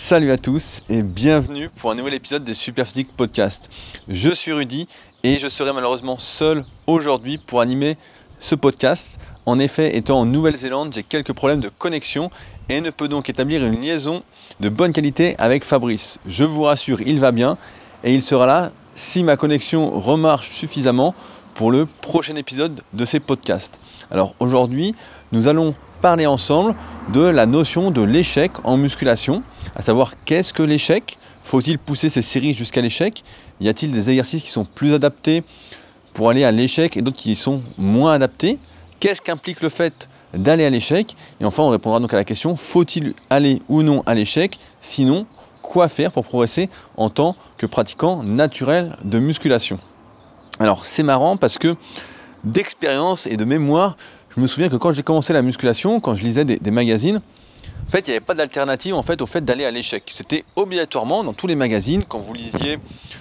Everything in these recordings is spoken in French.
Salut à tous et bienvenue pour un nouvel épisode des Superphysique Podcast. Je suis Rudy et je serai malheureusement seul aujourd'hui pour animer ce podcast. En effet, étant en Nouvelle-Zélande, j'ai quelques problèmes de connexion et ne peux donc établir une liaison de bonne qualité avec Fabrice. Je vous rassure, il va bien et il sera là si ma connexion remarche suffisamment pour le prochain épisode de ces podcasts. Alors aujourd'hui, nous allons parler ensemble de la notion de l'échec en musculation, à savoir qu'est-ce que l'échec ? Faut-il pousser ses séries jusqu'à l'échec ? Y a-t-il des exercices qui sont plus adaptés pour aller à l'échec et d'autres qui sont moins adaptés ? Qu'est-ce qu'implique le fait d'aller à l'échec ? Et enfin, on répondra donc à la question, faut-il aller ou non à l'échec ? Sinon, quoi faire pour progresser en tant que pratiquant naturel de musculation ? Alors, c'est marrant parce que d'expérience et de mémoire, je me souviens que quand j'ai commencé la musculation, quand je lisais des magazines, en fait, il n'y avait pas d'alternative au fait d'aller à l'échec. C'était obligatoirement dans tous les magazines, quand vous lisiez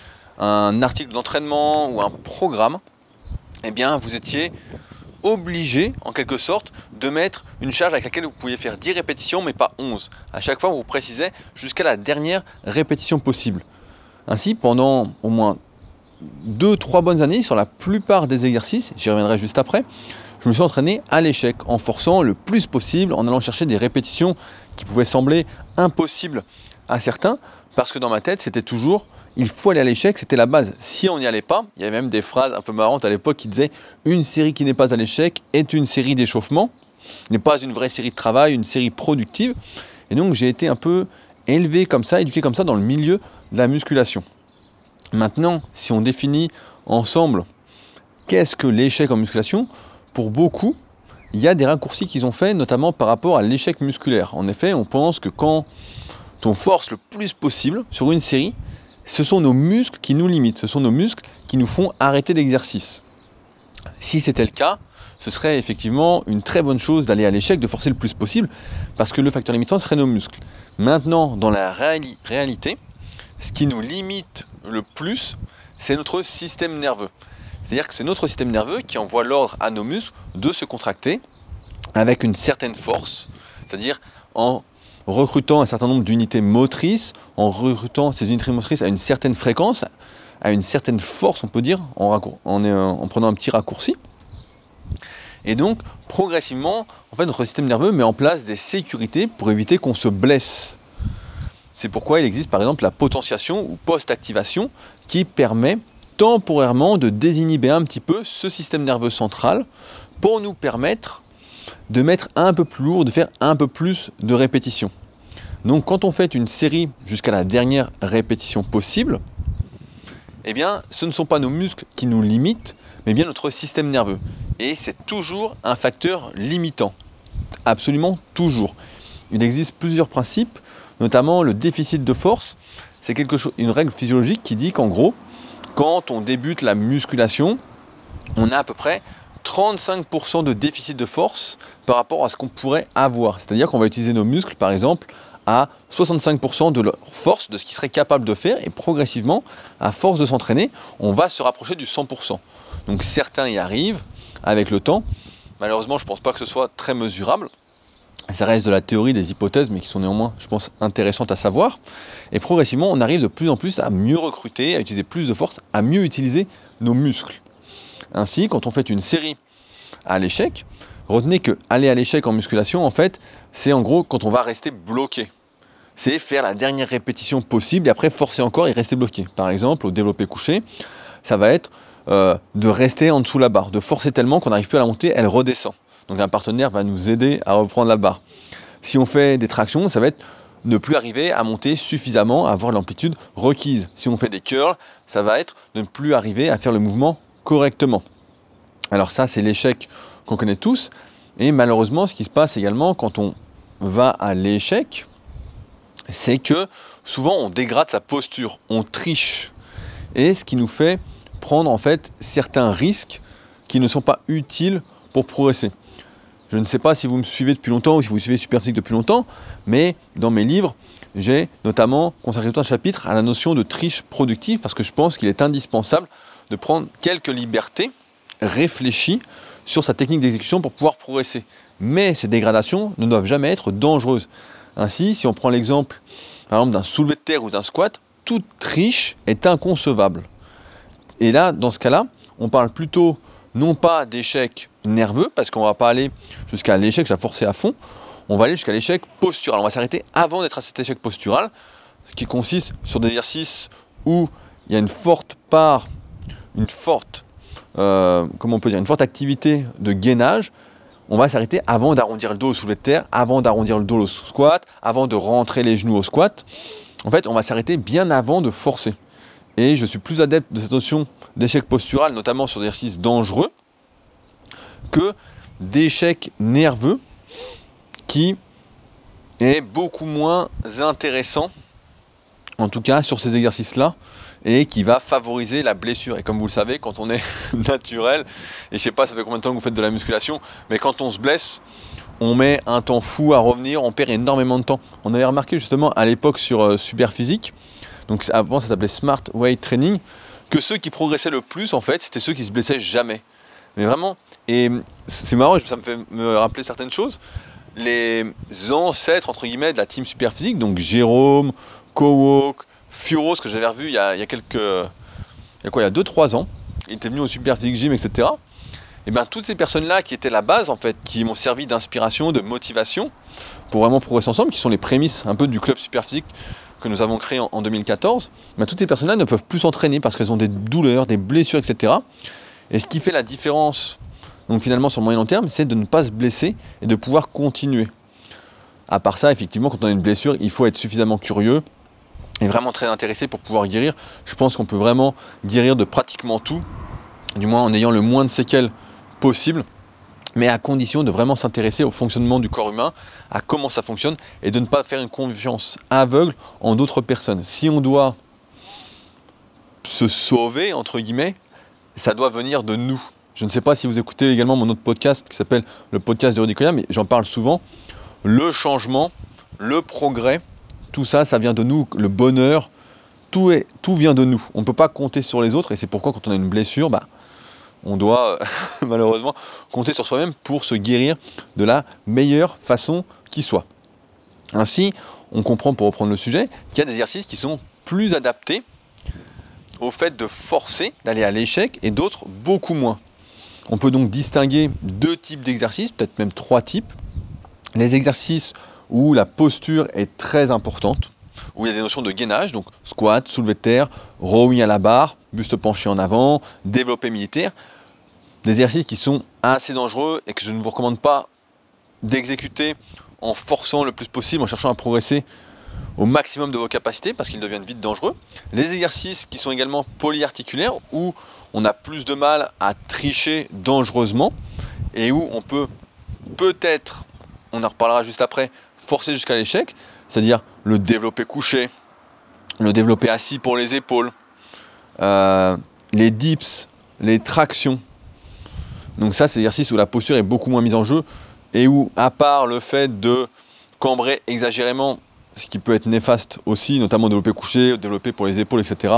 un article d'entraînement ou un programme, eh bien, vous étiez obligé, en quelque sorte, de mettre une charge avec laquelle vous pouviez faire 10 répétitions, mais pas 11. À chaque fois, on vous précisait jusqu'à la dernière répétition possible. Ainsi, pendant au moins 2-3 bonnes années, sur la plupart des exercices, j'y reviendrai juste après, je me suis entraîné à l'échec, en forçant le plus possible, en allant chercher des répétitions qui pouvaient sembler impossibles à certains, parce que dans ma tête, c'était toujours, il faut aller à l'échec, c'était la base. Si on n'y allait pas, il y avait même des phrases un peu marrantes à l'époque qui disaient « Une série qui n'est pas à l'échec est une série d'échauffement, n'est pas une vraie série de travail, une série productive ». Et donc j'ai été un peu élevé comme ça, éduqué comme ça dans le milieu de la musculation. Maintenant, si on définit ensemble qu'est-ce que l'échec en musculation, pour beaucoup, il y a des raccourcis qu'ils ont faits, notamment par rapport à l'échec musculaire. En effet, on pense que quand on force le plus possible sur une série, ce sont nos muscles qui nous limitent, ce sont nos muscles qui nous font arrêter l'exercice. Si c'était le cas, ce serait effectivement une très bonne chose d'aller à l'échec, de forcer le plus possible, parce que le facteur limitant serait nos muscles. Maintenant, dans la réalité, ce qui nous limite le plus, c'est notre système nerveux. C'est-à-dire que c'est notre système nerveux qui envoie l'ordre à nos muscles de se contracter avec une certaine force, c'est-à-dire en recrutant un certain nombre d'unités motrices, en recrutant ces unités motrices à une certaine fréquence, à une certaine force, on peut dire, en prenant un petit raccourci. Et donc, progressivement, notre système nerveux met en place des sécurités pour éviter qu'on se blesse. C'est pourquoi il existe par exemple la potentiation ou post-activation qui permet temporairement de désinhiber un petit peu ce système nerveux central pour nous permettre de mettre un peu plus lourd, de faire un peu plus de répétitions. Donc quand on fait une série jusqu'à la dernière répétition possible, eh bien ce ne sont pas nos muscles qui nous limitent, mais bien notre système nerveux. Et c'est toujours un facteur limitant. Absolument toujours. Il existe plusieurs principes, notamment le déficit de force. C'est une règle physiologique qui dit qu'en gros, quand on débute la musculation, on a à peu près 35% de déficit de force par rapport à ce qu'on pourrait avoir. C'est-à-dire qu'on va utiliser nos muscles, par exemple, à 65% de leur force, de ce qu'ils seraient capables de faire, et progressivement, à force de s'entraîner, on va se rapprocher du 100%. Donc certains y arrivent avec le temps. Malheureusement, je ne pense pas que ce soit très mesurable. Ça reste de la théorie, des hypothèses, mais qui sont néanmoins, je pense, intéressantes à savoir. Et progressivement, on arrive de plus en plus à mieux recruter, à utiliser plus de force, à mieux utiliser nos muscles. Ainsi, quand on fait une série à l'échec, retenez que aller à l'échec en musculation, en fait, c'est en gros quand on va rester bloqué. C'est faire la dernière répétition possible et après forcer encore et rester bloqué. Par exemple, au développé couché, ça va être de rester en dessous de la barre, de forcer tellement qu'on n'arrive plus à la monter, elle redescend. Donc un partenaire va nous aider à reprendre la barre. Si on fait des tractions, ça va être ne plus arriver à monter suffisamment, à avoir l'amplitude requise. Si on fait des curls, ça va être de ne plus arriver à faire le mouvement correctement. Alors ça, c'est l'échec qu'on connaît tous. Et malheureusement, ce qui se passe également quand on va à l'échec, c'est que souvent on dégrade sa posture, on triche. Et ce qui nous fait prendre en fait certains risques qui ne sont pas utiles pour progresser. Je ne sais pas si vous me suivez depuis longtemps ou si vous suivez Superphysique depuis longtemps, mais dans mes livres, j'ai notamment consacré tout un chapitre à la notion de triche productive parce que je pense qu'il est indispensable de prendre quelques libertés réfléchies sur sa technique d'exécution pour pouvoir progresser. Mais ces dégradations ne doivent jamais être dangereuses. Ainsi, si on prend l'exemple par exemple d'un soulevé de terre ou d'un squat, toute triche est inconcevable. Et là, dans ce cas-là, on parle plutôt non pas d'échec nerveux, parce qu'on ne va pas aller jusqu'à l'échec, ça forcer à fond, on va aller jusqu'à l'échec postural. On va s'arrêter avant d'être à cet échec postural, ce qui consiste sur des exercices où il y a une forte activité de gainage. On va s'arrêter avant d'arrondir le dos au soulevé de terre, avant d'arrondir le dos au squat, avant de rentrer les genoux au squat. En fait, on va s'arrêter bien avant de forcer. Et je suis plus adepte de cette notion d'échec postural, notamment sur des exercices dangereux, que d'échec nerveux, qui est beaucoup moins intéressant, en tout cas sur ces exercices-là, et qui va favoriser la blessure. Et comme vous le savez, quand on est naturel, et je sais pas ça fait combien de temps que vous faites de la musculation, mais quand on se blesse, on met un temps fou à revenir, on perd énormément de temps. On avait remarqué justement à l'époque sur Superphysique, donc avant ça s'appelait Smart Weight Training, que ceux qui progressaient le plus en fait, c'était ceux qui se blessaient jamais. Mais vraiment, et c'est marrant, ça me fait me rappeler certaines choses. Les ancêtres entre guillemets de la team Superphysique, donc Jérôme, Kowok, Furo, ce que j'avais revu il y a 2-3 ans, il était venu au Superphysique Gym, etc. Et bien toutes ces personnes-là qui étaient la base en fait, qui m'ont servi d'inspiration, de motivation pour vraiment progresser ensemble, qui sont les prémices un peu du club Superphysique que nous avons créé en 2014, ben, toutes ces personnes-là ne peuvent plus s'entraîner parce qu'elles ont des douleurs, des blessures, etc. Et ce qui fait la différence, donc finalement sur le moyen long terme, c'est de ne pas se blesser et de pouvoir continuer. À part ça, effectivement, quand on a une blessure, il faut être suffisamment curieux et vraiment très intéressé pour pouvoir guérir. Je pense qu'on peut vraiment guérir de pratiquement tout, du moins en ayant le moins de séquelles possible, mais à condition de vraiment s'intéresser au fonctionnement du corps humain, à comment ça fonctionne, et de ne pas faire une confiance aveugle en d'autres personnes. Si on doit se sauver, entre guillemets, ça doit venir de nous. Je ne sais pas si vous écoutez également mon autre podcast qui s'appelle le podcast de Rudy Koya, mais j'en parle souvent. Le changement, le progrès, tout ça, ça vient de nous. Le bonheur, tout vient de nous. On ne peut pas compter sur les autres, et c'est pourquoi quand on a une blessure, on doit malheureusement compter sur soi-même pour se guérir de la meilleure façon qui soit. Ainsi, on comprend, pour reprendre le sujet, qu'il y a des exercices qui sont plus adaptés au fait de forcer, d'aller à l'échec, et d'autres beaucoup moins. On peut donc distinguer 2 types d'exercices, peut-être même 3 types. Les exercices où la posture est très importante, où il y a des notions de gainage, donc squat, soulevé de terre, rowing à la barre, buste penché en avant, développé militaire. Des exercices qui sont assez dangereux et que je ne vous recommande pas d'exécuter en forçant le plus possible, en cherchant à progresser au maximum de vos capacités, parce qu'ils deviennent vite dangereux. Les exercices qui sont également polyarticulaires, où on a plus de mal à tricher dangereusement, et où on peut peut-être, on en reparlera juste après, forcer jusqu'à l'échec, c'est-à-dire le développé couché, le développé assis pour les épaules, les dips, les tractions. Donc ça, c'est des exercices où la posture est beaucoup moins mise en jeu et où, à part le fait de cambrer exagérément, ce qui peut être néfaste aussi, notamment développé couché, développé pour les épaules, etc.,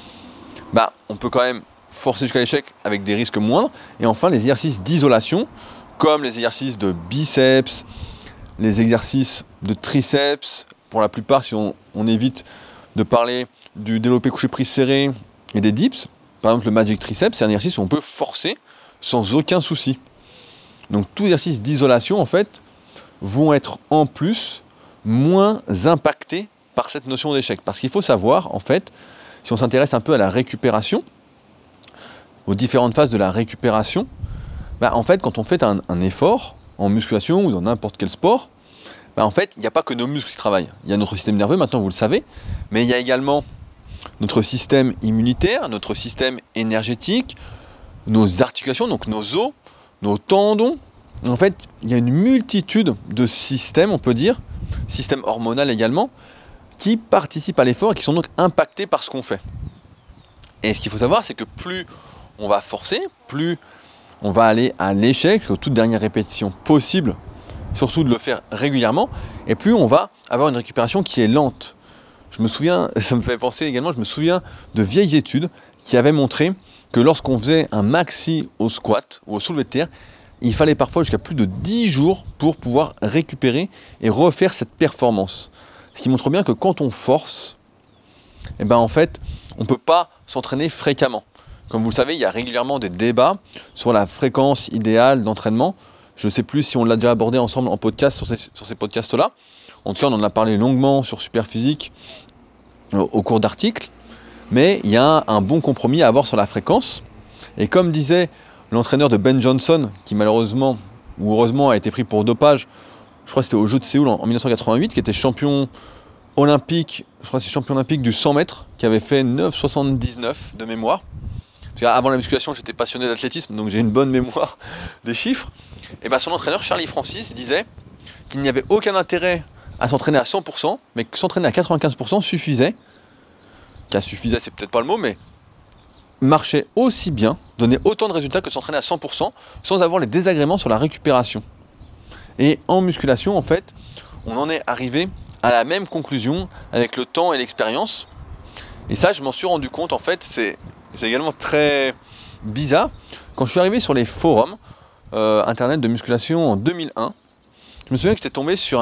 on peut quand même forcer jusqu'à l'échec avec des risques moindres. Et enfin, les exercices d'isolation, comme les exercices de biceps, les exercices de triceps, pour la plupart, si on évite de parler du développé couché prise serré et des dips, par exemple le Magic Triceps, c'est un exercice où on peut forcer sans aucun souci. Donc tous les exercices d'isolation en fait vont être en plus moins impactés par cette notion d'échec. Parce qu'il faut savoir en fait, si on s'intéresse un peu à la récupération, aux différentes phases de la récupération, en fait quand on fait un effort en musculation ou dans n'importe quel sport, en fait il n'y a pas que nos muscles qui travaillent. Il y a notre système nerveux, maintenant vous le savez, mais il y a également notre système immunitaire, notre système énergétique, nos articulations, donc nos os, nos tendons. En fait, il y a une multitude de systèmes, on peut dire, système hormonal également, qui participent à l'effort et qui sont donc impactés par ce qu'on fait. Et ce qu'il faut savoir, c'est que plus on va forcer, plus on va aller à l'échec, aux toutes dernières répétitions possibles, surtout de le faire régulièrement, et plus on va avoir une récupération qui est lente. Je me souviens, ça me fait penser également, je me souviens de vieilles études qui avaient montré que lorsqu'on faisait un maxi au squat ou au soulevé de terre, il fallait parfois jusqu'à plus de 10 jours pour pouvoir récupérer et refaire cette performance. ce qui montre bien que quand on force, eh ben en fait, on ne peut pas s'entraîner fréquemment. Comme vous le savez, il y a régulièrement des débats sur la fréquence idéale d'entraînement. Je ne sais plus si on l'a déjà abordé ensemble en podcast sur ces podcasts-là. En tout cas, on en a parlé longuement sur Superphysique au cours d'articles. Mais il y a un bon compromis à avoir sur la fréquence. Et comme disait l'entraîneur de Ben Johnson, qui malheureusement ou heureusement a été pris pour dopage, je crois que c'était aux Jeux de Séoul en 1988, qui était champion olympique, je crois que c'est champion olympique du 100 mètres, qui avait fait 9,79 de mémoire. Parce qu'avant la musculation, j'étais passionné d'athlétisme, donc j'ai une bonne mémoire des chiffres. Et bien son entraîneur, Charlie Francis, disait qu'il n'y avait aucun intérêt à s'entraîner à 100%, mais que s'entraîner à 95% suffisait. Qu'à suffisait, c'est peut-être pas le mot, mais marchait aussi bien, donnait autant de résultats que s'entraîner à 100%, sans avoir les désagréments sur la récupération. Et en musculation, en fait, on en est arrivé à la même conclusion avec le temps et l'expérience. Et ça, je m'en suis rendu compte, en fait, c'est également très bizarre. Quand je suis arrivé sur les forums internet de musculation en 2001, je me souviens que j'étais tombé sur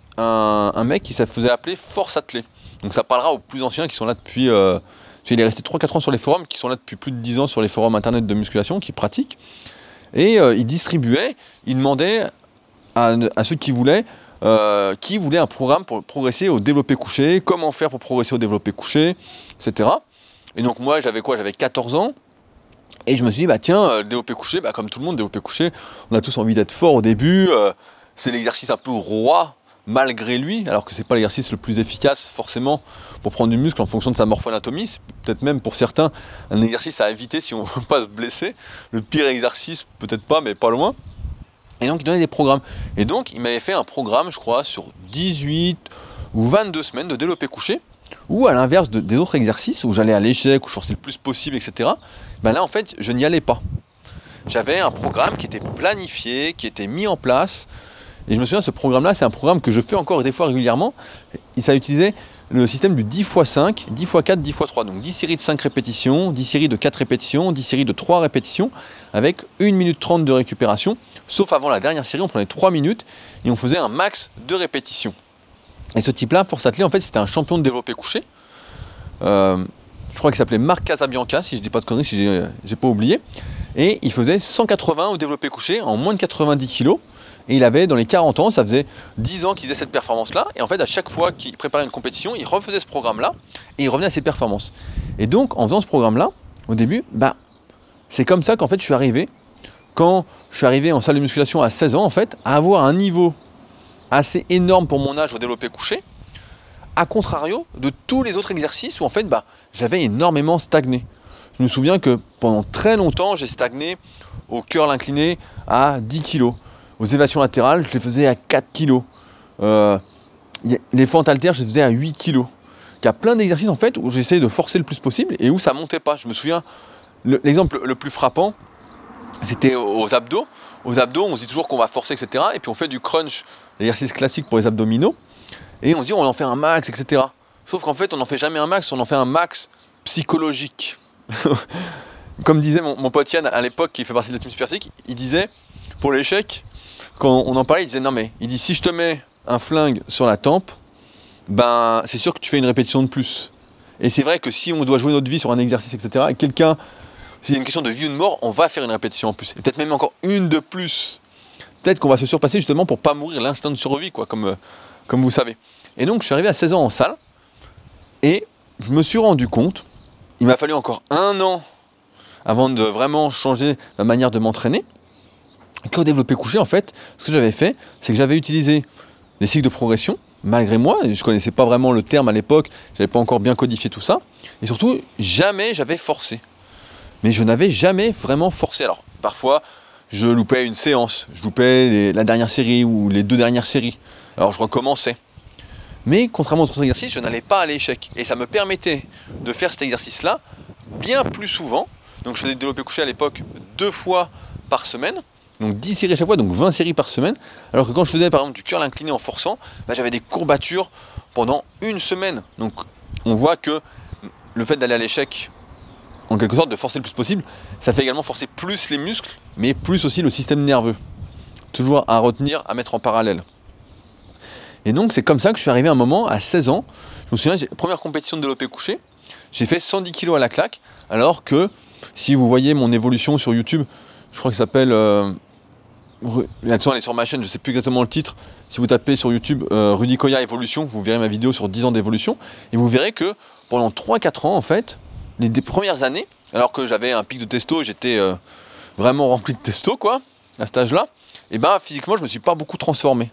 un mec qui se faisait appeler Force Athlé. Donc ça parlera aux plus anciens qui sont là depuis... il est resté 3-4 ans sur les forums, qui sont là depuis plus de 10 ans sur les forums internet de musculation, qui pratiquent. Et il distribuait, il demandait à ceux qui voulaient un programme pour progresser au développé couché, comment faire pour progresser au développé couché, etc. Et donc moi j'avais 14 ans, et je me suis dit, développé couché, comme tout le monde, développé couché, on a tous envie d'être fort au début, c'est l'exercice un peu roi, malgré lui, alors que c'est pas l'exercice le plus efficace forcément pour prendre du muscle en fonction de sa morpho-anatomie, c'est peut-être même pour certains un exercice à éviter si on ne veut pas se blesser, le pire exercice peut-être pas mais pas loin. Et donc il donnait des programmes, et donc il m'avait fait un programme je crois sur 18 ou 22 semaines de développé couché, où à l'inverse des autres exercices où j'allais à l'échec, où je forçais le plus possible, etc., là en fait je n'y allais pas. J'avais un programme qui était planifié, qui était mis en place. Et je me souviens, ce programme-là, c'est un programme que je fais encore des fois régulièrement. Ça utilisait le système du 10x5, 10x4, 10x3. Donc 10 séries de 5 répétitions, 10 séries de 4 répétitions, 10 séries de 3 répétitions, avec 1 minute 30 de récupération. Sauf avant la dernière série, on prenait 3 minutes et on faisait un max de répétitions. Et ce type-là, Force Athlé, en fait, c'était un champion de développé couché. Je crois qu'il s'appelait Marc Casabianca, si je ne dis pas de conneries, si j'ai pas oublié. Et il faisait 180 au développé couché en moins de 90 kg. Et il avait, dans les 40 ans, ça faisait 10 ans qu'il faisait cette performance-là. Et en fait, à chaque fois qu'il préparait une compétition, il refaisait ce programme-là et il revenait à ses performances. Et donc, en faisant ce programme-là, au début, c'est comme ça qu'en fait, je suis arrivé, quand je suis arrivé en salle de musculation à 16 ans, en fait, à avoir un niveau assez énorme pour mon âge au développé couché, à contrario de tous les autres exercices où, en fait, j'avais énormément stagné. Je me souviens que pendant très longtemps, j'ai stagné au curl incliné à 10 kg. Aux élévations latérales, je les faisais à 4 kg. Les fentes haltères, je les faisais à 8 kg. Il y a plein d'exercices en fait où j'essayais de forcer le plus possible et où ça montait pas. Je me souviens, l'exemple le plus frappant, c'était aux abdos. Aux abdos, on se dit toujours qu'on va forcer, etc. Et puis on fait du crunch, l'exercice classique pour les abdominaux. Et on se dit on va en faire un max, etc. Sauf qu'en fait, on n'en fait jamais un max, on en fait un max psychologique. Comme disait mon pote Yann à l'époque, qui fait partie de la team Superphysique, il disait, pour l'échec, quand on en parlait, il disait non mais, il dit si je te mets un flingue sur la tempe, c'est sûr que tu fais une répétition de plus. Et c'est vrai que si on doit jouer notre vie sur un exercice, etc., et quelqu'un, s'il y a une question de vie ou de mort, on va faire une répétition en plus. Et peut-être même encore une de plus. Peut-être qu'on va se surpasser justement pour pas mourir l'instinct de survie, quoi, comme vous savez. Et donc je suis arrivé à 16 ans en salle, et je me suis rendu compte, il m'a fallu encore 1 an avant de vraiment changer ma manière de m'entraîner, qu'au développé couché, en fait, ce que j'avais fait, c'est que j'avais utilisé des cycles de progression, malgré moi, et je ne connaissais pas vraiment le terme à l'époque, je n'avais pas encore bien codifié tout ça, et surtout, jamais j'avais forcé. Mais je n'avais jamais vraiment forcé. Alors, parfois, je loupais une séance, je loupais la dernière série ou les 2 dernières séries, alors je recommençais. Mais contrairement aux autres exercices, je n'allais pas à l'échec, et ça me permettait de faire cet exercice-là bien plus souvent. Donc je faisais du développé couché à l'époque 2 fois par semaine, donc 10 séries à chaque fois, donc 20 séries par semaine, alors que quand je faisais par exemple du curl incliné en forçant, j'avais des courbatures pendant 1 semaine. Donc on voit que le fait d'aller à l'échec, en quelque sorte de forcer le plus possible, ça fait également forcer plus les muscles, mais plus aussi le système nerveux. Toujours à retenir, à mettre en parallèle. Et donc c'est comme ça que je suis arrivé à un moment, à 16 ans, je me souviens, première compétition de développé couché, j'ai fait 110 kg à la claque, alors que si vous voyez mon évolution sur YouTube, je crois que ça s'appelle... Là-dessus, elle est sur ma chaîne, je ne sais plus exactement le titre. Si vous tapez sur YouTube Rudy Koya Évolution, vous verrez ma vidéo sur 10 ans d'évolution. Et vous verrez que pendant 3-4 ans, en fait, les premières années, alors que j'avais un pic de testo, j'étais vraiment rempli de testo, quoi, à cet âge-là, et ben physiquement, je me suis pas beaucoup transformé.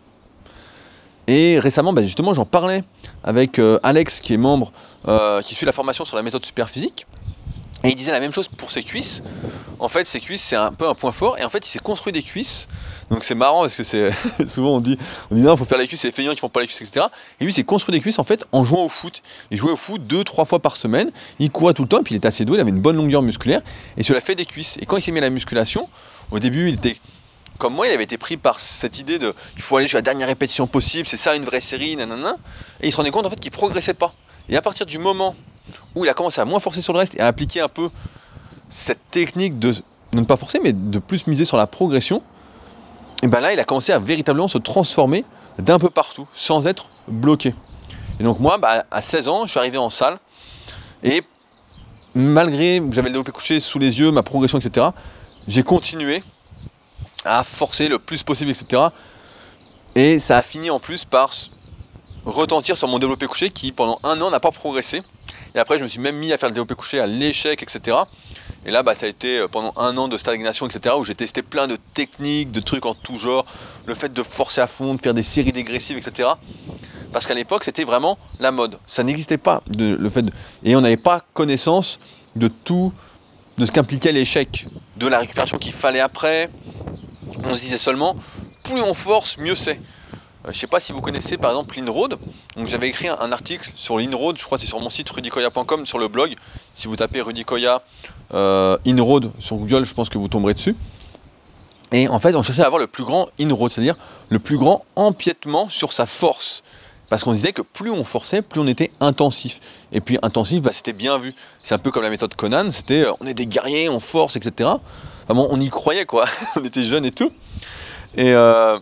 Et récemment, justement, j'en parlais avec Alex, qui est membre, qui suit la formation sur la méthode Superphysique. Et il disait la même chose pour ses cuisses. En fait, ses cuisses, c'est un peu un point fort. Et en fait, il s'est construit des cuisses. Donc c'est marrant parce que c'est souvent on dit non, il faut faire les cuisses, c'est les feignants qui font pas les cuisses, etc. Et lui, il s'est construit des cuisses en fait en jouant au foot. Il jouait au foot 2-3 fois par semaine. Il courait tout le temps. Et puis il était assez doué. Il avait une bonne longueur musculaire. Et cela fait des cuisses. Et quand il s'est mis à la musculation, au début, il était comme moi. Il avait été pris par cette idée de il faut aller jusqu'à la dernière répétition possible. C'est ça une vraie série, nanana. Et il se rendait compte en fait qu'il progressait pas. Et à partir du moment où il a commencé à moins forcer sur le reste et à appliquer un peu cette technique de ne pas forcer mais de plus miser sur la progression, et ben là il a commencé à véritablement se transformer d'un peu partout sans être bloqué. Et donc moi à 16 ans je suis arrivé en salle et malgré que j'avais le développé couché sous les yeux, ma progression, etc., j'ai continué à forcer le plus possible, etc. Et ça a fini en plus par retentir sur mon développé couché qui pendant un an n'a pas progressé. Et après, je me suis même mis à faire le développé couché à l'échec, etc. Et là, ça a été pendant un an de stagnation, etc. où j'ai testé plein de techniques, de trucs en tout genre. Le fait de forcer à fond, de faire des séries dégressives, etc. Parce qu'à l'époque, c'était vraiment la mode. Ça n'existait pas, et on n'avait pas connaissance de tout, de ce qu'impliquait l'échec, de la récupération qu'il fallait après. On se disait seulement, plus on force, mieux c'est. Je ne sais pas si vous connaissez par exemple l'InRoad. Donc j'avais écrit un article sur l'InRoad, je crois que c'est sur mon site rudykoya.com, sur le blog. Si vous tapez Rudy Koya InRoad sur Google, je pense que vous tomberez dessus. Et en fait, on cherchait à avoir le plus grand InRoad, c'est-à-dire le plus grand empiètement sur sa force. Parce qu'on se disait que plus on forçait, plus on était intensif. Et puis intensif, c'était bien vu. C'est un peu comme la méthode Conan, c'était on est des guerriers, on force, etc. Enfin bon, on y croyait quoi, on était jeunes et tout. Et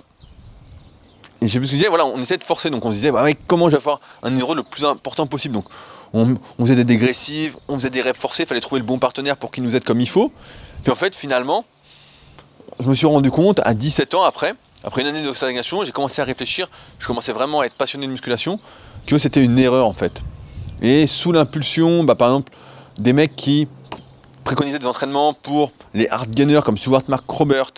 je sais plus ce que je disais, voilà, on essayait de forcer, donc on se disait, comment je vais faire un InRoad le plus important possible. Donc on faisait des dégressives, on faisait des reps forcés, il fallait trouver le bon partenaire pour qu'il nous aide comme il faut. Puis en fait, finalement, je me suis rendu compte, à 17 ans après une année de stagnation, j'ai commencé à réfléchir, je commençais vraiment à être passionné de musculation, que c'était une erreur en fait. Et sous l'impulsion, par exemple, des mecs qui préconisaient des entraînements pour les hard gainers comme Stuart Mark Robert,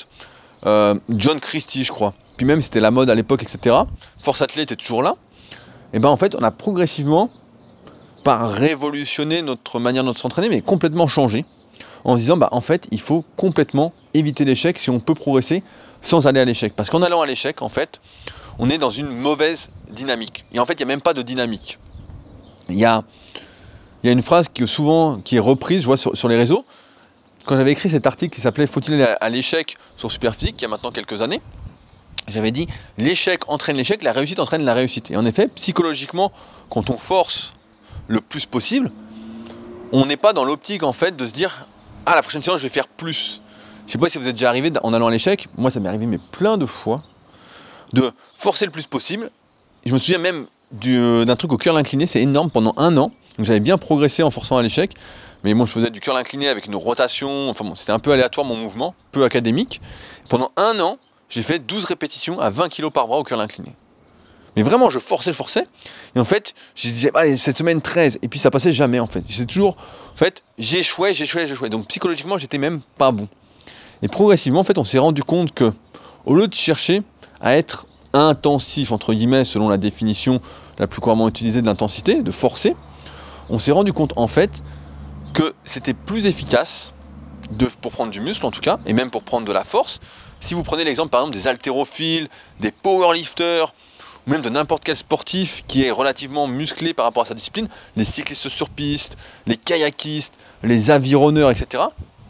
John Christie, je crois. Puis même c'était la mode à l'époque, etc. Force Athlète était toujours là. Et en fait, on a progressivement, pas révolutionné notre manière de s'entraîner, mais complètement changé. En se disant, en fait, il faut complètement éviter l'échec si on peut progresser sans aller à l'échec. Parce qu'en allant à l'échec, en fait, on est dans une mauvaise dynamique. Et en fait, il n'y a même pas de dynamique. Il y a une phrase qui est reprise, je vois sur les réseaux. Quand j'avais écrit cet article qui s'appelait « Faut-il aller à l'échec » sur Superphysique, il y a maintenant quelques années, j'avais dit « L'échec entraîne l'échec, la réussite entraîne la réussite ». Et en effet, psychologiquement, quand on force le plus possible, on n'est pas dans l'optique en fait de se dire « Ah, la prochaine séance, je vais faire plus ». Je sais pas si vous êtes déjà arrivé en allant à l'échec, moi ça m'est arrivé mais plein de fois, de forcer le plus possible. Et je me souviens même d'un truc au curl incliné, c'est énorme, pendant un an. Donc j'avais bien progressé en forçant à l'échec. Mais je faisais du curl incliné avec une rotation, c'était un peu aléatoire mon mouvement, peu académique. Pendant un an, j'ai fait 12 répétitions à 20 kg par bras au curl incliné. Mais vraiment, je forçais. Et en fait, je disais, allez, cette semaine 13. Et puis ça passait jamais en fait. J'étais toujours, j'échouais. Donc psychologiquement, j'étais même pas bon. Et progressivement, en fait, on s'est rendu compte que, au lieu de chercher à être intensif, entre guillemets, selon la définition la plus couramment utilisée de l'intensité, de forcer, on s'est rendu compte en fait que c'était plus efficace, pour prendre du muscle en tout cas, et même pour prendre de la force. Si vous prenez l'exemple par exemple des haltérophiles, des powerlifters, ou même de n'importe quel sportif qui est relativement musclé par rapport à sa discipline, les cyclistes sur piste, les kayakistes, les avironneurs, etc.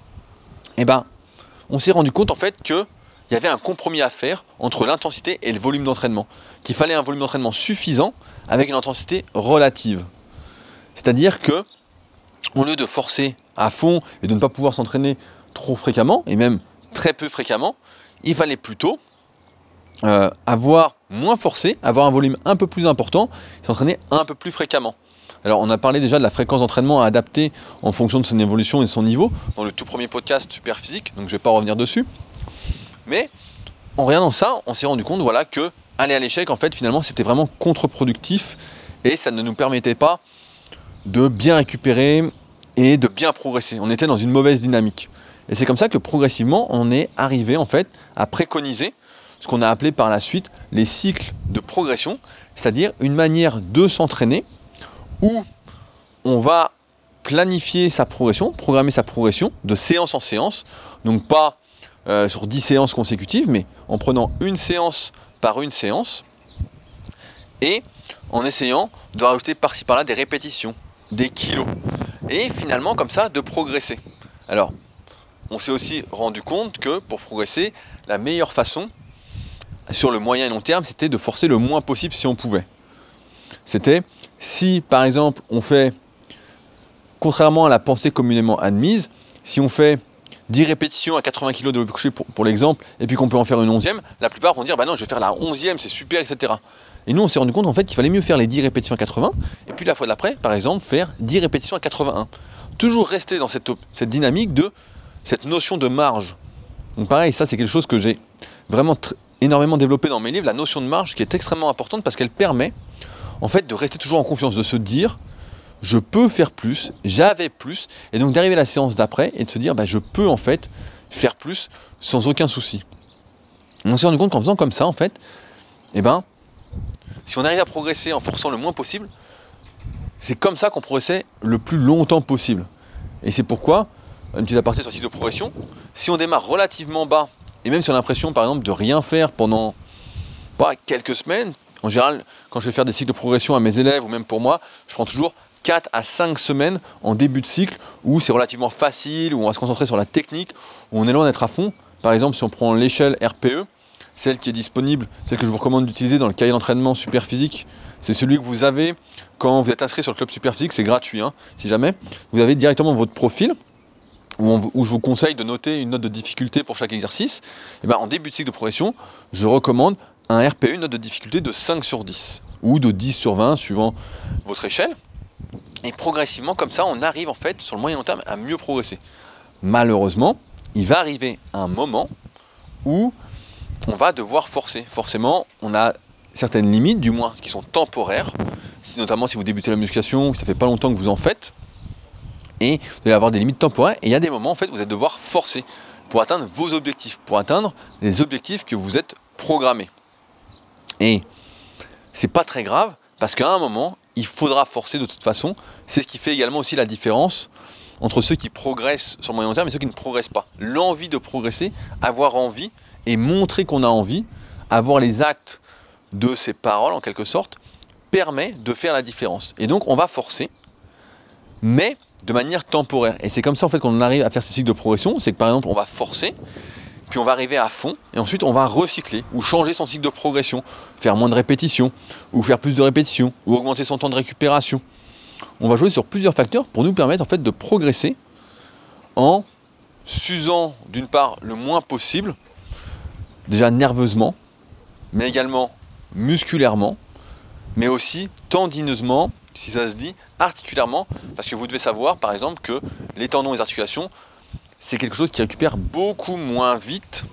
On s'est rendu compte en fait qu'il y avait un compromis à faire entre l'intensité et le volume d'entraînement. Qu'il fallait un volume d'entraînement suffisant avec une intensité relative. C'est-à-dire que, au lieu de forcer à fond et de ne pas pouvoir s'entraîner trop fréquemment, et même très peu fréquemment, il fallait plutôt avoir moins forcé, avoir un volume un peu plus important, s'entraîner un peu plus fréquemment. Alors on a parlé déjà de la fréquence d'entraînement à adapter en fonction de son évolution et de son niveau dans le tout premier podcast Super Physique, donc je ne vais pas revenir dessus. Mais en regardant ça, on s'est rendu compte que aller à l'échec, en fait, finalement, c'était vraiment contre-productif et ça ne nous permettait pas de bien récupérer et de bien progresser. On était dans une mauvaise dynamique. Et c'est comme ça que progressivement, on est arrivé en fait à préconiser ce qu'on a appelé par la suite les cycles de progression, c'est-à-dire une manière de s'entraîner où on va planifier sa progression, programmer sa progression de séance en séance, donc pas sur 10 séances consécutives, mais en prenant une séance par une séance et en essayant de rajouter par-ci par-là des répétitions, des kilos, et finalement comme ça de progresser. Alors, on s'est aussi rendu compte que pour progresser, la meilleure façon sur le moyen et long terme, c'était de forcer le moins possible si on pouvait. C'était si par exemple on fait, contrairement à la pensée communément admise, si on fait 10 répétitions à 80 kg de développé couché pour l'exemple, et puis qu'on peut en faire une 11e, la plupart vont dire bah non, je vais faire la 11e, c'est super, etc. Et nous on s'est rendu compte en fait qu'il fallait mieux faire les 10 répétitions à 80, et puis la fois d'après, par exemple, faire 10 répétitions à 81. Toujours rester dans cette dynamique de cette notion de marge. Donc pareil, ça c'est quelque chose que j'ai vraiment énormément développé dans mes livres, la notion de marge qui est extrêmement importante parce qu'elle permet en fait de rester toujours en confiance, de se dire je peux faire plus, j'avais plus, et donc d'arriver à la séance d'après et de se dire je peux en fait faire plus sans aucun souci. On s'est rendu compte qu'en faisant comme ça en fait, si on arrive à progresser en forçant le moins possible, c'est comme ça qu'on progressait le plus longtemps possible. Et c'est pourquoi, une petite aparté sur le cycle de progression, si on démarre relativement bas, et même si on a l'impression par exemple de rien faire pendant quelques semaines, en général quand je vais faire des cycles de progression à mes élèves ou même pour moi, je prends toujours 4 à 5 semaines en début de cycle où c'est relativement facile, où on va se concentrer sur la technique, où on est loin d'être à fond. Par exemple, si on prend l'échelle RPE, celle qui est disponible, celle que je vous recommande d'utiliser dans le cahier d'entraînement Super Physique, c'est celui que vous avez quand vous êtes inscrit sur le club Super Physique, c'est gratuit, si jamais. Vous avez directement votre profil, où je vous conseille de noter une note de difficulté pour chaque exercice. Et en début de cycle de progression, je recommande un RPE, une note de difficulté de 5 sur 10, ou de 10 sur 20, suivant votre échelle. Et progressivement, comme ça, on arrive en fait, sur le moyen long terme, à mieux progresser. Malheureusement, il va arriver un moment où on va devoir forcer. Forcément, on a certaines limites, du moins qui sont temporaires, notamment si vous débutez la musculation, ça fait pas longtemps que vous en faites, et vous allez avoir des limites temporaires, et il y a des moments en fait où vous allez devoir forcer pour atteindre vos objectifs, pour atteindre les objectifs que vous êtes programmés. Et c'est pas très grave, parce qu'à un moment, il faudra forcer de toute façon. C'est ce qui fait également aussi la différence entre ceux qui progressent sur le moyen long terme et ceux qui ne progressent pas. L'envie de progresser, avoir envie et montrer qu'on a envie, avoir les actes de ses paroles en quelque sorte, permet de faire la différence. Et donc on va forcer, mais de manière temporaire. Et c'est comme ça en fait qu'on arrive à faire ces cycles de progression, c'est que par exemple on va forcer, puis on va arriver à fond, et ensuite on va recycler, ou changer son cycle de progression, faire moins de répétitions, ou faire plus de répétitions, ou augmenter son temps de récupération. On va jouer sur plusieurs facteurs pour nous permettre en fait de progresser en s'usant d'une part le moins possible, déjà nerveusement, mais également musculairement, mais aussi tendineusement, si ça se dit, articulairement, parce que vous devez savoir par exemple que les tendons et les articulations, c'est quelque chose qui récupère beaucoup moins vite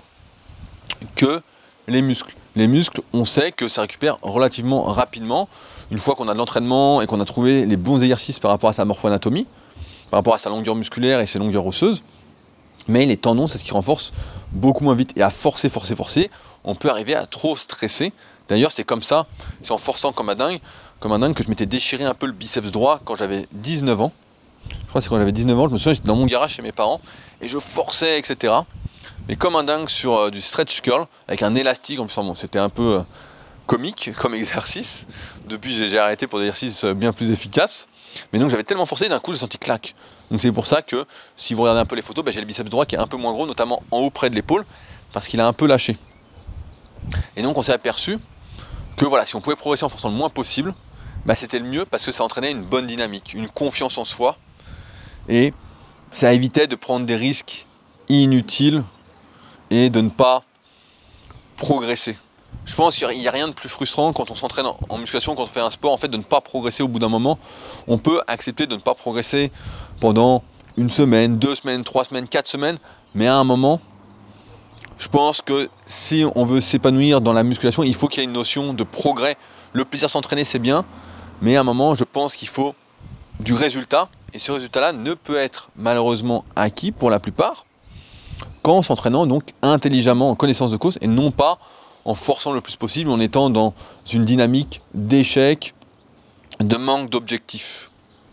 que les muscles. Les muscles, on sait que ça récupère relativement rapidement, une fois qu'on a de l'entraînement et qu'on a trouvé les bons exercices par rapport à sa morpho-anatomie, par rapport à sa longueur musculaire et ses longueurs osseuses. Mais les tendons, c'est ce qui renforce beaucoup moins vite. Et à forcer, on peut arriver à trop stresser. D'ailleurs, c'est comme ça, c'est en forçant comme un dingue que je m'étais déchiré un peu le biceps droit quand j'avais 19 ans. Je crois que c'est quand j'avais 19 ans, je me souviens, j'étais dans mon garage chez mes parents, et je forçais, etc. Mais comme un dingue sur du stretch curl, avec un élastique, en plus, bon, c'était un peu comique comme exercice. Depuis, j'ai arrêté pour des exercices bien plus efficaces. Mais donc j'avais tellement forcé, d'un coup j'ai senti clac. Donc c'est pour ça que, si vous regardez un peu les photos, j'ai le biceps droit qui est un peu moins gros, notamment en haut près de l'épaule, parce qu'il a un peu lâché. Et donc on s'est aperçu que voilà, si on pouvait progresser en forçant le moins possible, c'était le mieux parce que ça entraînait une bonne dynamique, une confiance en soi, et ça évitait de prendre des risques inutiles et de ne pas progresser. Je pense qu'il n'y a rien de plus frustrant quand on s'entraîne en musculation, quand on fait un sport, en fait, de ne pas progresser au bout d'un moment. On peut accepter de ne pas progresser pendant une semaine, 2 semaines, 3 semaines, 4 semaines, mais à un moment, je pense que si on veut s'épanouir dans la musculation, il faut qu'il y ait une notion de progrès. Le plaisir de s'entraîner, c'est bien, mais à un moment, je pense qu'il faut du résultat, et ce résultat-là ne peut être malheureusement acquis pour la plupart qu'en s'entraînant donc intelligemment, en connaissance de cause, et non pas en forçant le plus possible, en étant dans une dynamique d'échec, de manque d'objectifs.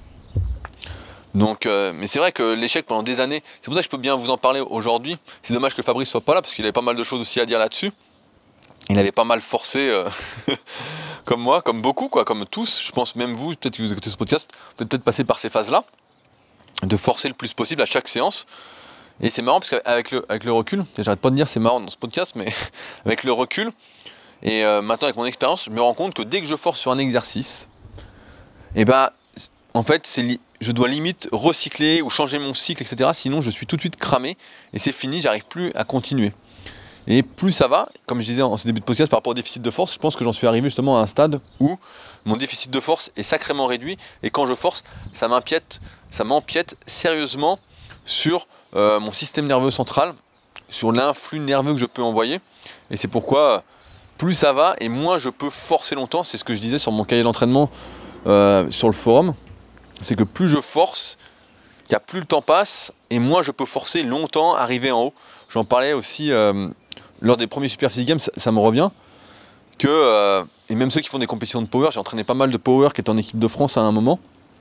Donc, mais c'est vrai que l'échec pendant des années, c'est pour ça que je peux bien vous en parler aujourd'hui. C'est dommage que Fabrice soit pas là, parce qu'il avait pas mal de choses aussi à dire là-dessus. Il avait pas mal forcé, comme moi, comme beaucoup, quoi, comme tous. Je pense même vous, peut-être que vous écoutez ce podcast, vous êtes peut-être passé par ces phases-là, de forcer le plus possible à chaque séance. Et c'est marrant parce qu'avec le recul, j'arrête pas de dire c'est marrant dans ce podcast, mais avec le recul, et maintenant avec mon expérience, je me rends compte que dès que je force sur un exercice, et ben en fait je dois limite recycler ou changer mon cycle, etc. Sinon je suis tout de suite cramé et c'est fini, j'arrive plus à continuer. Et plus ça va, comme je disais en ce début de podcast par rapport au déficit de force, je pense que j'en suis arrivé justement à un stade où mon déficit de force est sacrément réduit, et quand je force, ça m'empiète sérieusement sur mon système nerveux central, sur l'influx nerveux que je peux envoyer. Et c'est pourquoi plus ça va et moins je peux forcer longtemps. C'est ce que je disais sur mon cahier d'entraînement sur le forum. C'est que plus je force, plus le temps passe et moins je peux forcer longtemps, arriver en haut. J'en parlais aussi lors des premiers Super Physique Games, ça me revient. Et même ceux qui font des compétitions de power, j'ai entraîné pas mal de power qui étaient en équipe de France à un moment,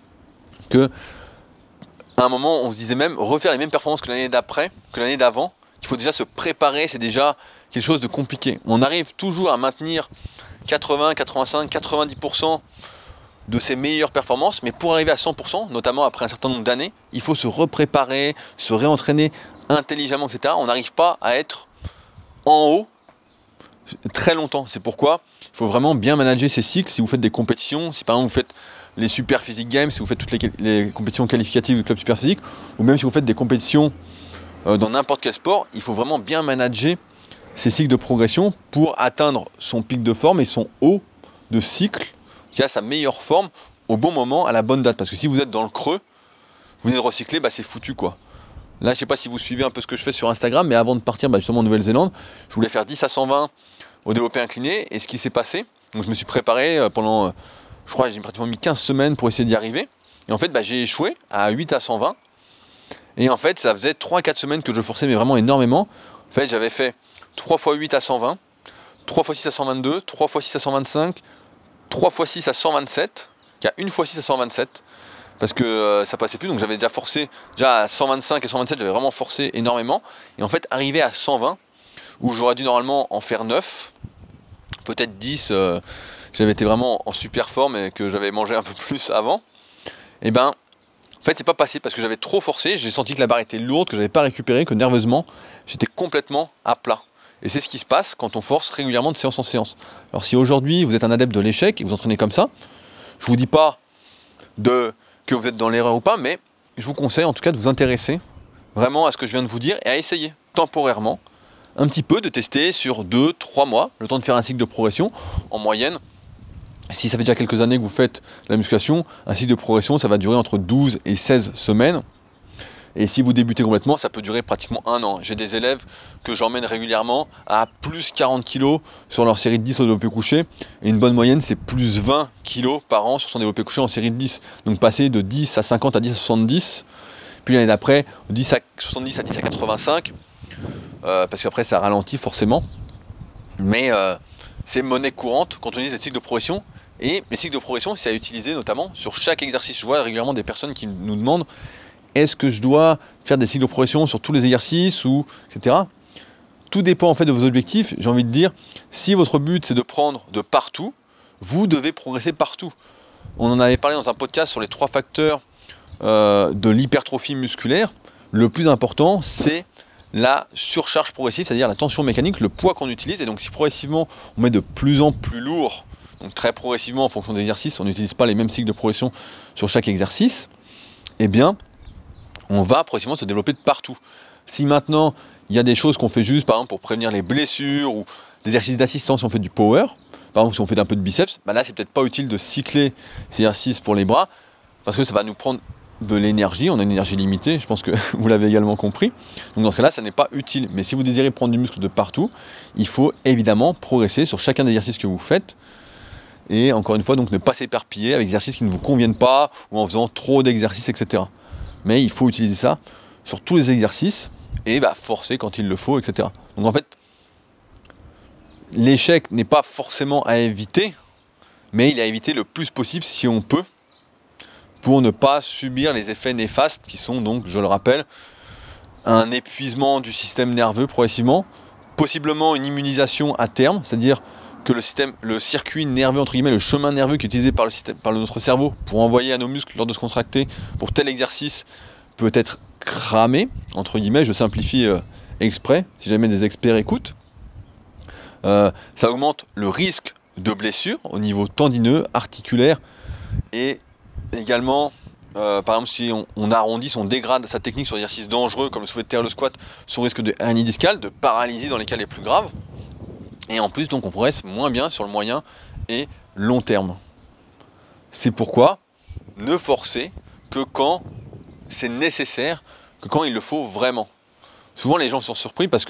à un moment, on se disait même refaire les mêmes performances que l'année d'après, que l'année d'avant. Il faut déjà se préparer, c'est déjà quelque chose de compliqué. On arrive toujours à maintenir 80, 85, 90% de ses meilleures performances, mais pour arriver à 100%, notamment après un certain nombre d'années, il faut se repréparer, se réentraîner intelligemment, etc. On n'arrive pas à être en haut très longtemps. C'est pourquoi il faut vraiment bien manager ses cycles. Si vous faites des compétitions, si par exemple vous faites les Super Physique Games, si vous faites toutes les compétitions qualificatives du club Super Physique, ou même si vous faites des compétitions dans n'importe quel sport, il faut vraiment bien manager ces cycles de progression pour atteindre son pic de forme et son haut de cycle, qui a sa meilleure forme au bon moment, à la bonne date. Parce que si vous êtes dans le creux, vous venez de recycler, c'est foutu quoi. Là, je ne sais pas si vous suivez un peu ce que je fais sur Instagram, mais avant de partir justement en Nouvelle-Zélande, je voulais faire 10 à 120 au développé incliné, et ce qui s'est passé, donc je me suis préparé pendant... je crois que j'ai pratiquement mis 15 semaines pour essayer d'y arriver. Et en fait, j'ai échoué à 8 à 120. Et en fait, ça faisait 3-4 semaines que je forçais, mais vraiment énormément. En fait, j'avais fait 3 x 8 à 120, 3 x 6 à 122, 3 x 6 à 125, 3 x 6 à 127, qui a 1 x 6 à 127, parce que ça passait plus. Donc j'avais déjà forcé, déjà à 125 et 127, j'avais vraiment forcé énormément. Et en fait, arrivé à 120, où j'aurais dû normalement en faire 9, peut-être 10, j'avais été vraiment en super forme et que j'avais mangé un peu plus avant, et en fait c'est pas passé parce que j'avais trop forcé, j'ai senti que la barre était lourde, que j'avais pas récupéré, que nerveusement j'étais complètement à plat. Et c'est ce qui se passe quand on force régulièrement de séance en séance. Alors si aujourd'hui vous êtes un adepte de l'échec et vous entraînez comme ça, je vous dis pas que vous êtes dans l'erreur ou pas, mais je vous conseille en tout cas de vous intéresser vraiment à ce que je viens de vous dire et à essayer temporairement un petit peu de tester sur 2-3 mois, le temps de faire un cycle de progression. En moyenne, si ça fait déjà quelques années que vous faites la musculation, un cycle de progression, ça va durer entre 12 et 16 semaines. Et si vous débutez complètement, ça peut durer pratiquement 1 an. J'ai des élèves que j'emmène régulièrement à plus 40 kg sur leur série de 10 au développé couché. Et une bonne moyenne, c'est plus 20 kg par an sur son développé couché en série de 10. Donc passer de 10 à 50 à 10 à 70. Puis l'année d'après, 10 à 70 à 10 à 85. Parce qu'après, ça ralentit forcément. Mais c'est monnaie courante quand on utilise les cycles de progression. Et les cycles de progression, c'est à utiliser notamment sur chaque exercice. Je vois régulièrement des personnes qui nous demandent est-ce que je dois faire des cycles de progression sur tous les exercices, ou etc. Tout dépend en fait de vos objectifs. J'ai envie de dire, si votre but c'est de prendre de partout, vous devez progresser partout. On en avait parlé dans un podcast sur les 3 facteurs de l'hypertrophie musculaire. Le plus important, c'est la surcharge progressive, c'est-à-dire la tension mécanique, le poids qu'on utilise. Et donc si progressivement on met de plus en plus lourd, donc très progressivement en fonction des exercices, on n'utilise pas les mêmes cycles de progression sur chaque exercice, eh bien on va progressivement se développer de partout. Si maintenant il y a des choses qu'on fait juste, par exemple, pour prévenir les blessures ou des exercices d'assistance si on fait du power. Par exemple, si on fait un peu de biceps, là, c'est peut-être pas utile de cycler ces exercices pour les bras parce que ça va nous prendre de l'énergie. On a une énergie limitée, je pense que vous l'avez également compris. Donc, dans ce cas-là, ça n'est pas utile. Mais si vous désirez prendre du muscle de partout, il faut évidemment progresser sur chacun des exercices que vous faites. Et encore une fois, donc ne pas s'éparpiller avec des exercices qui ne vous conviennent pas ou en faisant trop d'exercices, etc. Mais il faut utiliser ça sur tous les exercices et forcer quand il le faut, etc. Donc en fait, l'échec n'est pas forcément à éviter, mais il est à éviter le plus possible si on peut, pour ne pas subir les effets néfastes qui sont donc, je le rappelle, un épuisement du système nerveux progressivement, possiblement une immunisation à terme, c'est-à-dire que le circuit nerveux, entre guillemets, le chemin nerveux qui est utilisé par notre cerveau pour envoyer à nos muscles lors de se contracter pour tel exercice peut être cramé, entre guillemets, je simplifie exprès, si jamais des experts écoutent. Ça augmente le risque de blessure au niveau tendineux, articulaire et également, par exemple, si on arrondit, si on dégrade sa technique sur des exercices dangereux comme le soulevé de terre, le squat, son risque de hernie discale, de paralysie dans les cas les plus graves. Et en plus, donc, on progresse moins bien sur le moyen et long terme. C'est pourquoi ne forcer que quand c'est nécessaire, que quand il le faut vraiment. Souvent, les gens sont surpris parce que,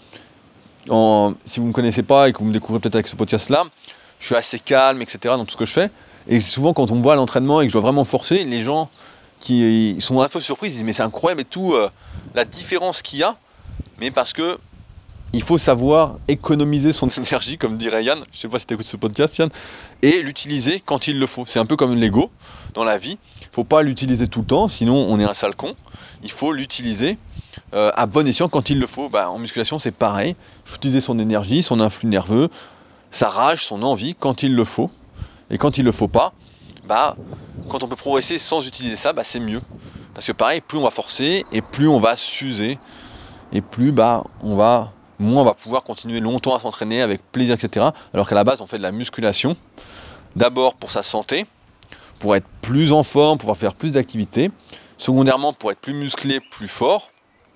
si vous ne me connaissez pas et que vous me découvrez peut-être avec ce podcast-là, je suis assez calme, etc. dans tout ce que je fais. Et souvent, quand on me voit à l'entraînement et que je dois vraiment forcer, les gens qui sont un peu surpris, ils disent mais c'est incroyable et tout, la différence qu'il y a. Mais parce que il faut savoir économiser son énergie, comme dirait Yann, je ne sais pas si tu écoutes ce podcast Yann, et l'utiliser quand il le faut. C'est un peu comme l'ego dans la vie, il ne faut pas l'utiliser tout le temps, sinon on est un sale con. Il faut l'utiliser à bon escient quand il le faut. En musculation c'est pareil, il faut utiliser son énergie, son influx nerveux, sa rage, son envie quand il le faut. Et quand il ne le faut pas, quand on peut progresser sans utiliser ça, c'est mieux. Parce que pareil, plus on va forcer et plus on va s'user, et plus moins on va pouvoir continuer longtemps à s'entraîner avec plaisir, etc. Alors qu'à la base, on fait de la musculation, d'abord pour sa santé, pour être plus en forme, pouvoir faire plus d'activités, secondairement pour être plus musclé, plus fort,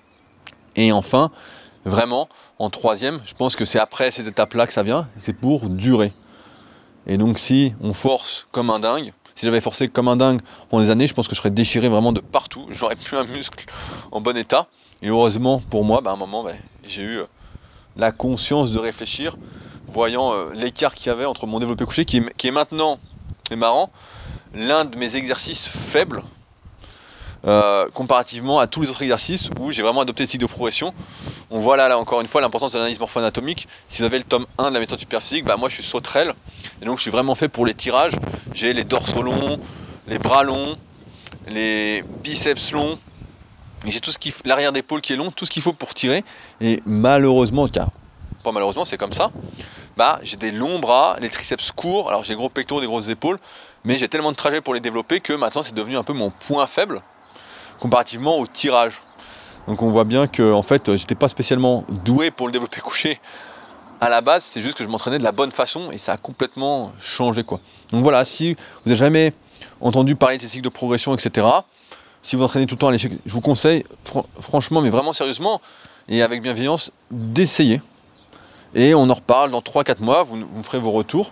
et enfin, vraiment, en troisième, je pense que c'est après ces étapes-là que ça vient, c'est pour durer. Et donc si on force comme un dingue, si j'avais forcé comme un dingue pendant des années, je pense que je serais déchiré vraiment de partout, j'aurais plus un muscle en bon état, et heureusement pour moi, à un moment, j'ai eu la conscience de réfléchir, voyant l'écart qu'il y avait entre mon développé couché, qui est maintenant, c'est marrant, l'un de mes exercices faibles, comparativement à tous les autres exercices où j'ai vraiment adopté le cycle de progression. On voit là encore une fois l'importance de l'analyse morpho-anatomique. Si vous avez le tome 1 de la méthode Superphysique, moi je suis sauterelle, et donc je suis vraiment fait pour les tirages. J'ai les dorsaux longs, les bras longs, les biceps longs, et j'ai tout ce l'arrière d'épaule qui est long, tout ce qu'il faut pour tirer. Et malheureusement, pas malheureusement, c'est comme ça, j'ai des longs bras, les triceps courts, alors j'ai des gros pectoraux, des grosses épaules, mais j'ai tellement de trajets pour les développer que maintenant c'est devenu un peu mon point faible comparativement au tirage. Donc on voit bien que en fait j'étais pas spécialement doué pour le développé couché à la base, c'est juste que je m'entraînais de la bonne façon et ça a complètement changé quoi. Donc voilà, si vous n'avez jamais entendu parler de ces cycles de progression, etc., si vous entraînez tout le temps à l'échec, je vous conseille franchement, mais vraiment sérieusement et avec bienveillance, d'essayer. Et on en reparle dans 3-4 mois, vous me ferez vos retours.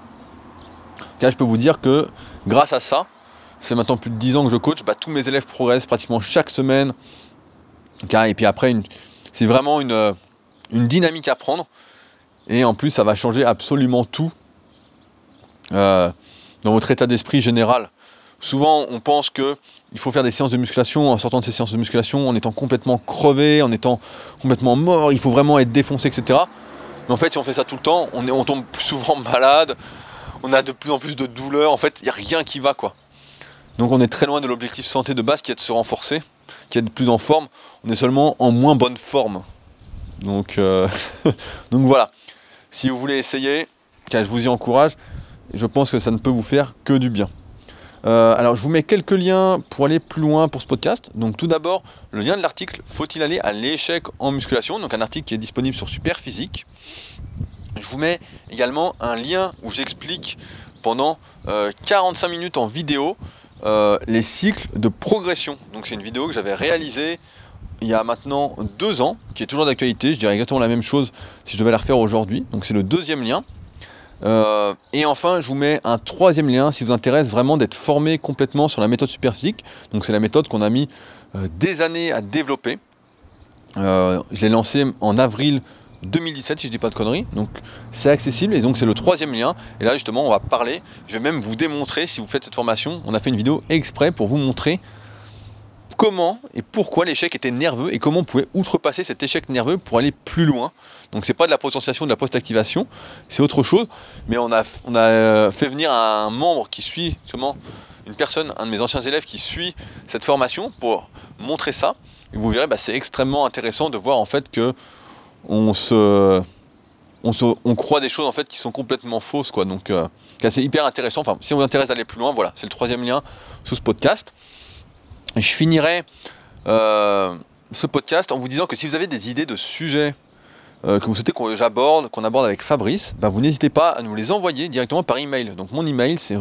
Car je peux vous dire que grâce à ça, c'est maintenant plus de 10 ans que je coach, tous mes élèves progressent pratiquement chaque semaine. Et puis après, c'est vraiment une dynamique à prendre. Et en plus, ça va changer absolument tout dans votre état d'esprit général. Souvent, on pense qu'il faut faire des séances de musculation en sortant de ces séances de musculation, en étant complètement crevé, en étant complètement mort, il faut vraiment être défoncé, etc. Mais en fait, si on fait ça tout le temps, on tombe plus souvent malade, on a de plus en plus de douleurs, en fait, il n'y a rien qui va, quoi. Donc on est très loin de l'objectif santé de base qui est de se renforcer, qui est de plus en forme, on est seulement en moins bonne forme. Donc, donc voilà, si vous voulez essayer, car je vous y encourage, je pense que ça ne peut vous faire que du bien. Alors je vous mets quelques liens pour aller plus loin pour ce podcast. Donc tout d'abord, le lien de l'article « Faut-il aller à l'échec en musculation ?» Donc un article qui est disponible sur Superphysique. Je vous mets également un lien où j'explique pendant 45 minutes en vidéo les cycles de progression. Donc c'est une vidéo que j'avais réalisée il y a maintenant 2 ans, qui est toujours d'actualité. Je dirais exactement la même chose si je devais la refaire aujourd'hui. Donc c'est le deuxième lien. Et enfin, je vous mets un troisième lien si vous intéresse vraiment d'être formé complètement sur la méthode Superphysique. Donc c'est la méthode qu'on a mis des années à développer. Je l'ai lancé en avril 2017 si je dis pas de conneries, donc c'est accessible et donc c'est le troisième lien. Et là justement on va parler, je vais même vous démontrer, si vous faites cette formation, on a fait une vidéo exprès pour vous montrer comment et pourquoi l'échec était nerveux et comment on pouvait outrepasser cet échec nerveux pour aller plus loin. Donc c'est pas de la potentiation, de la post-activation, c'est autre chose, mais on a fait venir un membre qui suit, justement, une personne, un de mes anciens élèves qui suit cette formation pour montrer ça. Et vous verrez, c'est extrêmement intéressant de voir en fait que on croit des choses en fait qui sont complètement fausses, quoi. Donc c'est hyper intéressant. Enfin, si on vous intéresse d'aller plus loin, voilà, c'est le troisième lien sous ce podcast. Et je finirai ce podcast en vous disant que si vous avez des idées de sujets que vous souhaitez qu'on aborde avec Fabrice, vous n'hésitez pas à nous les envoyer directement par email. Donc mon email c'est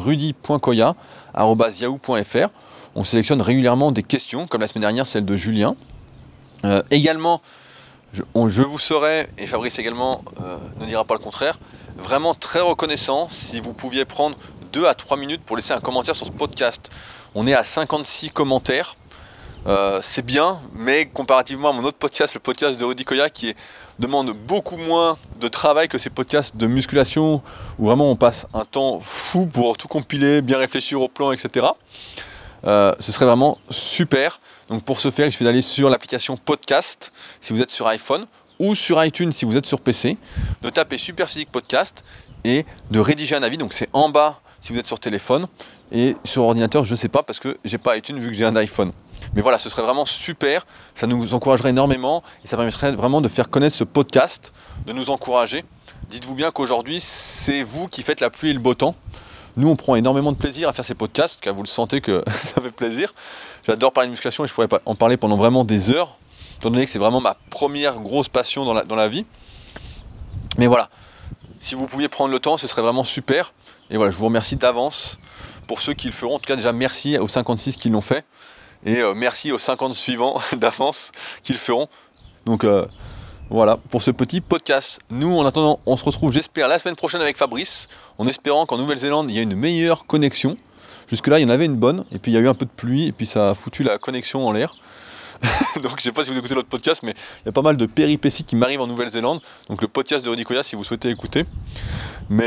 rudy.koya@yahoo.fr. On sélectionne régulièrement des questions, comme la semaine dernière celle de Julien. Également, je vous serai, et Fabrice également ne dira pas le contraire, vraiment très reconnaissant si vous pouviez prendre 2 à 3 minutes pour laisser un commentaire sur ce podcast. On est à 56 commentaires, c'est bien, mais comparativement à mon autre podcast, le podcast de Rudy Koya, qui demande beaucoup moins de travail que ces podcasts de musculation, où vraiment on passe un temps fou pour tout compiler, bien réfléchir au plan, etc. Ce serait vraiment super. Donc pour ce faire, il suffit d'aller sur l'application podcast si vous êtes sur iPhone ou sur iTunes si vous êtes sur PC, de taper Superphysique Podcast et de rédiger un avis. Donc c'est en bas si vous êtes sur téléphone et sur ordinateur, je ne sais pas parce que j'ai pas iTunes vu que j'ai un iPhone. Mais voilà, ce serait vraiment super, ça nous encouragerait énormément et ça permettrait vraiment de faire connaître ce podcast, de nous encourager. Dites-vous bien qu'aujourd'hui, c'est vous qui faites la pluie et le beau temps. Nous, on prend énormément de plaisir à faire ces podcasts, car vous le sentez que ça fait plaisir. J'adore parler de musculation et je pourrais en parler pendant vraiment des heures, étant donné que c'est vraiment ma première grosse passion dans la vie. Mais voilà, si vous pouviez prendre le temps, ce serait vraiment super. Et voilà, je vous remercie d'avance pour ceux qui le feront. En tout cas, déjà, merci aux 56 qui l'ont fait. Et merci aux 50 suivants d'avance qui le feront. Donc voilà, pour ce petit podcast. Nous, en attendant, on se retrouve, j'espère, la semaine prochaine avec Fabrice, en espérant qu'en Nouvelle-Zélande, il y a une meilleure connexion. Jusque-là, il y en avait une bonne, et puis il y a eu un peu de pluie, et puis ça a foutu la connexion en l'air. Donc je sais pas si vous écoutez l'autre podcast, mais il y a pas mal de péripéties qui m'arrivent en Nouvelle-Zélande. Donc le podcast de Rudy Koya, si vous souhaitez écouter. Mais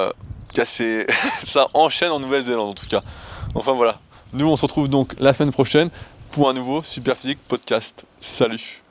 ça enchaîne en Nouvelle-Zélande, en tout cas. Enfin voilà. Nous, on se retrouve donc la semaine prochaine pour un nouveau Superphysique podcast. Salut!